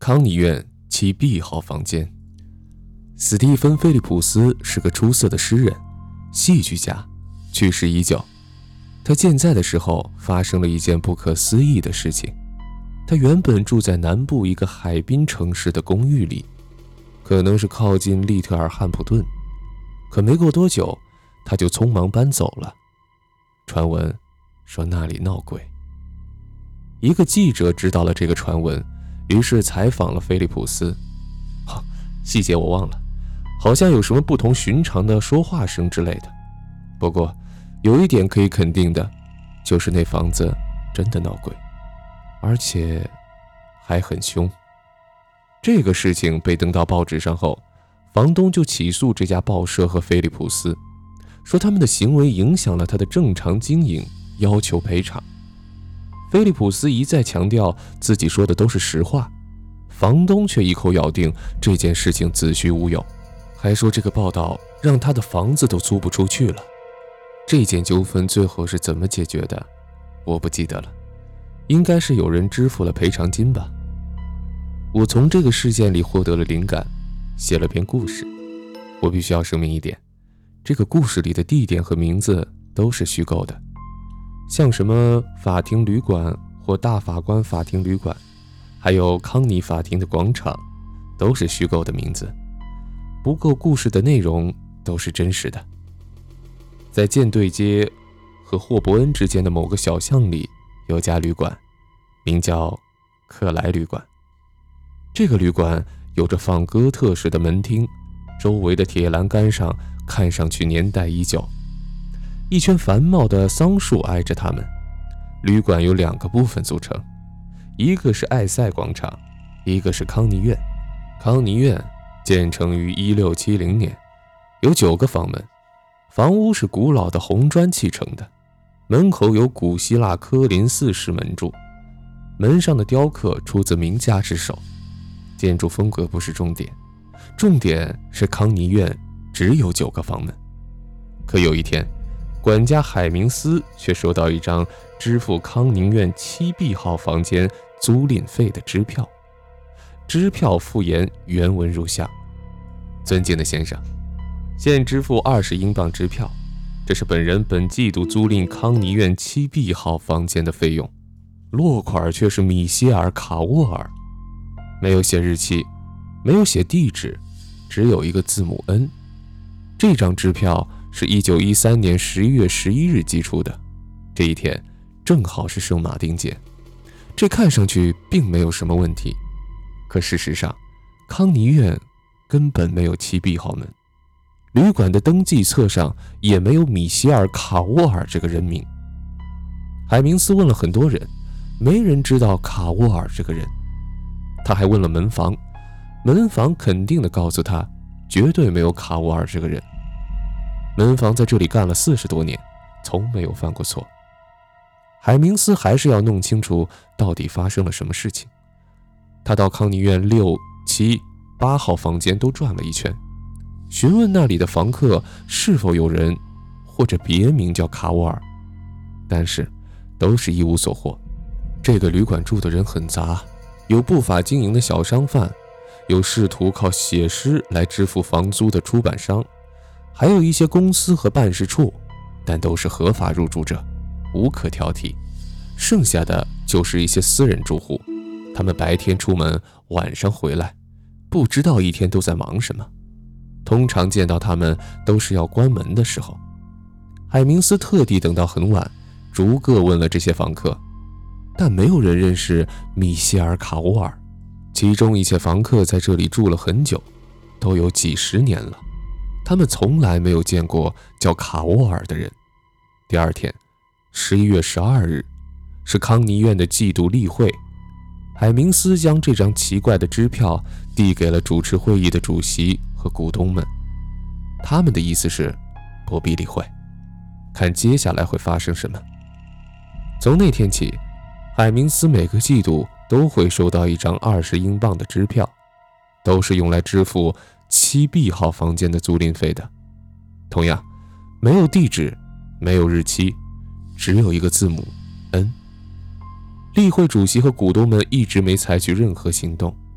康尼院7B 号房间。史蒂芬·菲利普斯是个出色的诗人、戏剧家，去世已久。他健在的时候发生了一件不可思议的事情。他原本住在南部一个海滨城市的公寓里，可能是靠近利特尔汉普顿，可没过多久他就匆忙搬走了。传闻说那里闹鬼。一个记者知道了这个传闻，于是采访了菲利普斯。细节我忘了，好像有什么不同寻常的说话声之类的。不过有一点可以肯定的，就是那房子真的闹鬼，而且还很凶。这个事情被登到报纸上后，房东就起诉这家报社和菲利普斯，说他们的行为影响了他的正常经营，要求赔偿。菲利普斯一再强调自己说的都是实话，房东却一口咬定这件事情子虚乌有，还说这个报道让他的房子都租不出去了。这件纠纷最后是怎么解决的，我不记得了，应该是有人支付了赔偿金吧。我从这个事件里获得了灵感，写了篇故事。我必须要声明一点，这个故事里的地点和名字都是虚构的，像什么法庭旅馆或大法官法庭旅馆，还有康尼法庭的广场，都是虚构的名字。不过故事的内容都是真实的。在舰队街和霍伯恩之间的某个小巷里有家旅馆，名叫克莱旅馆。这个旅馆有着仿哥特式的门厅，周围的铁栏杆上看上去年代已久，一圈繁茂的桑树挨着它们。旅馆有2个部分组成，一个是艾塞广场，一个是康尼院。康尼院建成于1670年，有9个房门，房屋是古老的红砖砌成的，门口有古希腊科林4式门柱，门上的雕刻出自名家之手。建筑风格不是重点，重点是康尼院只有9个房门。可有一天，管家海明斯却收到一张支付康宁院7B 号房间租赁费的支票。支票附言原文如下：尊敬的先生，现支付20英镑支票，这是本人本季度租赁康尼院7B 号房间的费用。落款却是米歇尔·卡沃尔，没有写日期，没有写地址，只有一个字母 N。 这张支票是1913年11月11日寄出的，这一天正好是圣马丁节。这看上去并没有什么问题，可事实上康尼院根本没有7B 号门，旅馆的登记册上也没有米歇尔·卡沃尔这个人名。海明斯问了很多人，没人知道卡沃尔这个人。他还问了门房，门房肯定地告诉他，绝对没有卡沃尔这个人。门房在这里干了40多年，从没有犯过错。海明斯还是要弄清楚到底发生了什么事情。他到康尼院6、7、8号房间都转了一圈，询问那里的房客是否有人或者别名叫卡沃尔，但是都是一无所获。这个旅馆住的人很杂，有不法经营的小商贩，有试图靠写诗来支付房租的出版商，还有一些公司和办事处，但都是合法入住者，无可挑剔。剩下的就是一些私人住户，他们白天出门，晚上回来，不知道一天都在忙什么。通常见到他们都是要关门的时候。海明斯特地等到很晚，逐个问了这些房客，但没有人认识米歇尔·卡沃尔。其中一些房客在这里住了很久，都有几十年了，他们从来没有见过叫卡沃尔的人。第二天11月12日是康尼院的季度例会，海明斯将这张奇怪的支票递给了主持会议的主席和股东们，他们的意思是不必理会，看接下来会发生什么。从那天起，海明斯每个季度都会收到一张20英镑的支票，都是用来支付7B 号房间的租赁费的。同样，没有地址，没有日期，只有一个字母 N。例会主席和股东们一直没采取任何行动，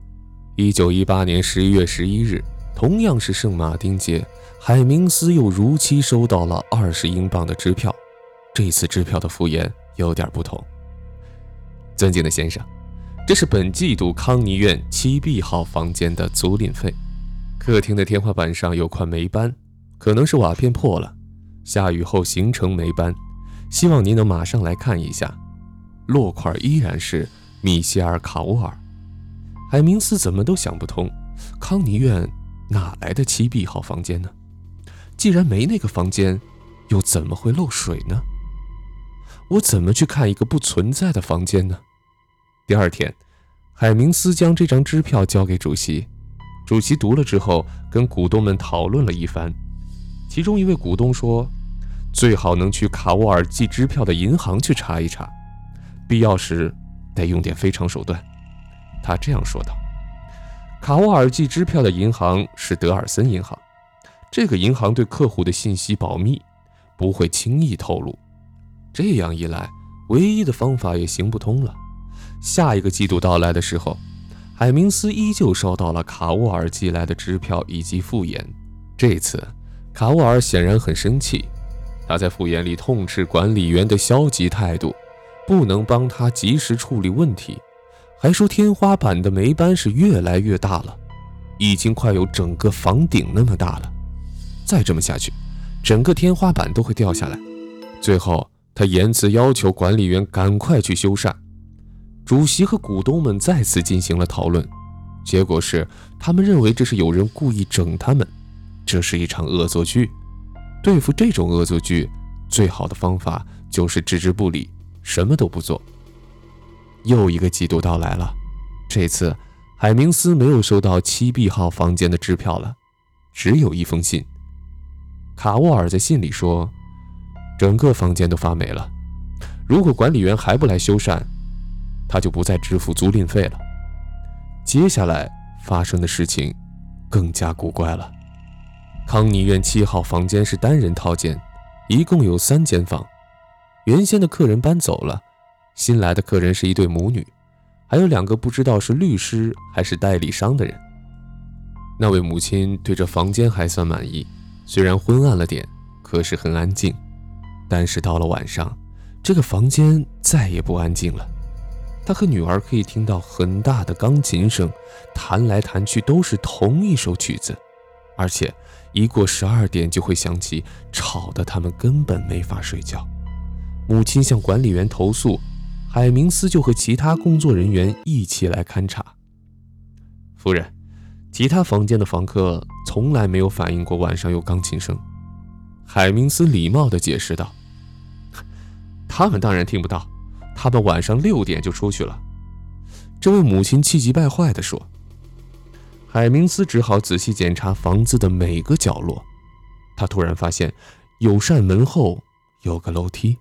1918年11月11日，同样是圣马丁节，海明斯又如期收到了20英镑的支票。这次支票的附言有点不同。尊敬的先生，这是本季度康尼院7B 号房间的租赁费。客厅的天花板上有块霉斑，可能是瓦片破了，下雨后形成霉斑，希望您能马上来看一下。落块依然是米歇尔·卡沃尔。海明斯怎么都想不通，康尼院哪来的7B 号房间呢？既然没那个房间，又怎么会漏水呢？我怎么去看一个不存在的房间呢？第二天，海明斯将这张支票交给主席，主席读了之后跟股东们讨论了一番。其中一位股东说，最好能去卡沃尔寄支票的银行去查一查，必要时得用点非常手段。他这样说道，卡沃尔寄支票的银行是德尔森银行，这个银行对客户的信息保密，不会轻易透露。这样一来，唯一的方法也行不通了。下一个季度到来的时候，海明斯依旧收到了卡沃尔寄来的支票以及附言。这次卡沃尔显然很生气，他在附言里痛斥管理员的消极态度，不能帮他及时处理问题，还说天花板的霉斑是越来越大了，已经快有整个房顶那么大了。再这么下去，整个天花板都会掉下来。最后他严词要求管理员赶快去修缮。主席和股东们再次进行了讨论，结果是他们认为这是有人故意整他们，这是一场恶作剧。对付这种恶作剧，最好的方法就是置之不理，什么都不做。又一个季度到来了，这次海明斯没有收到7B 号房间的支票了，只有一封信。卡沃尔在信里说，整个房间都发霉了，如果管理员还不来修缮，他就不再支付租赁费了。接下来发生的事情更加古怪了。康尼院7号房间是单人套间，一共有3间房。原先的客人搬走了，新来的客人是一对母女，还有2个不知道是律师还是代理商的人。那位母亲对这房间还算满意，虽然昏暗了点，可是很安静。但是到了晚上，这个房间再也不安静了。他和女儿可以听到很大的钢琴声，弹来弹去都是同一首曲子，而且一过12点就会响起，吵得他们根本没法睡觉。母亲向管理员投诉，海明斯就和其他工作人员一起来勘察。夫人，其他房间的房客从来没有反映过晚上有钢琴声。海明斯礼貌地解释道，他们当然听不到，他们晚上6点就出去了。这位母亲气急败坏地说。海明斯只好仔细检查房子的每个角落。他突然发现有扇门后有个楼梯。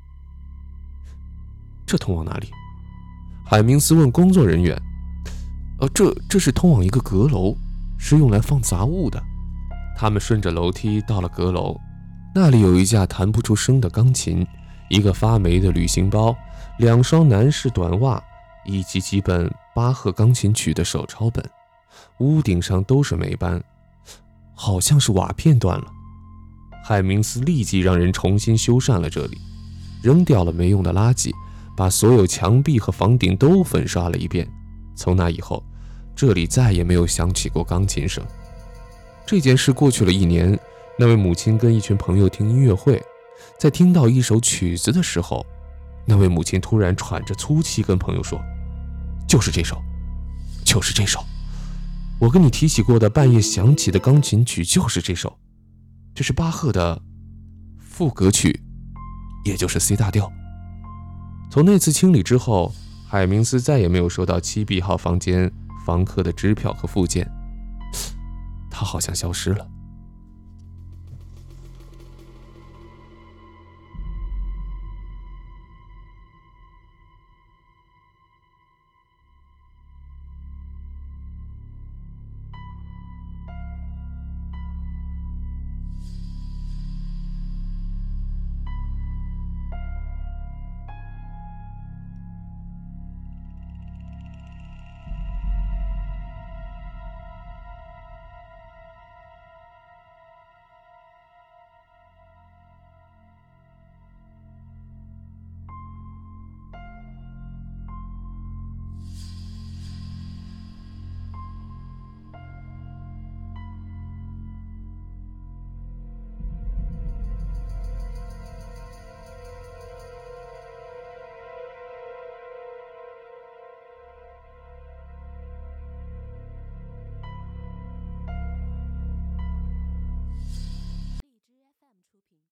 这通往哪里？海明斯问工作人员。这是通往一个阁楼，是用来放杂物的。他们顺着楼梯到了阁楼，那里有一架弹不出声的钢琴，一个发霉的旅行包，2双男士短袜，以及几本巴赫钢琴曲的手抄本。屋顶上都是霉斑，好像是瓦片断了。海明斯立即让人重新修缮了这里，扔掉了没用的垃圾，把所有墙壁和房顶都粉刷了一遍。从那以后，这里再也没有响起过钢琴声。这件事过去了1年，那位母亲跟一群朋友听音乐会，在听到一首曲子的时候，那位母亲突然喘着粗气跟朋友说，就是这首，就是这首，我跟你提起过的半夜响起的钢琴曲就是这首，这是巴赫的赋格曲，也就是 C 大调。从那次清理之后，海明斯再也没有收到7B 号房间房客的支票和附件，他好像消失了。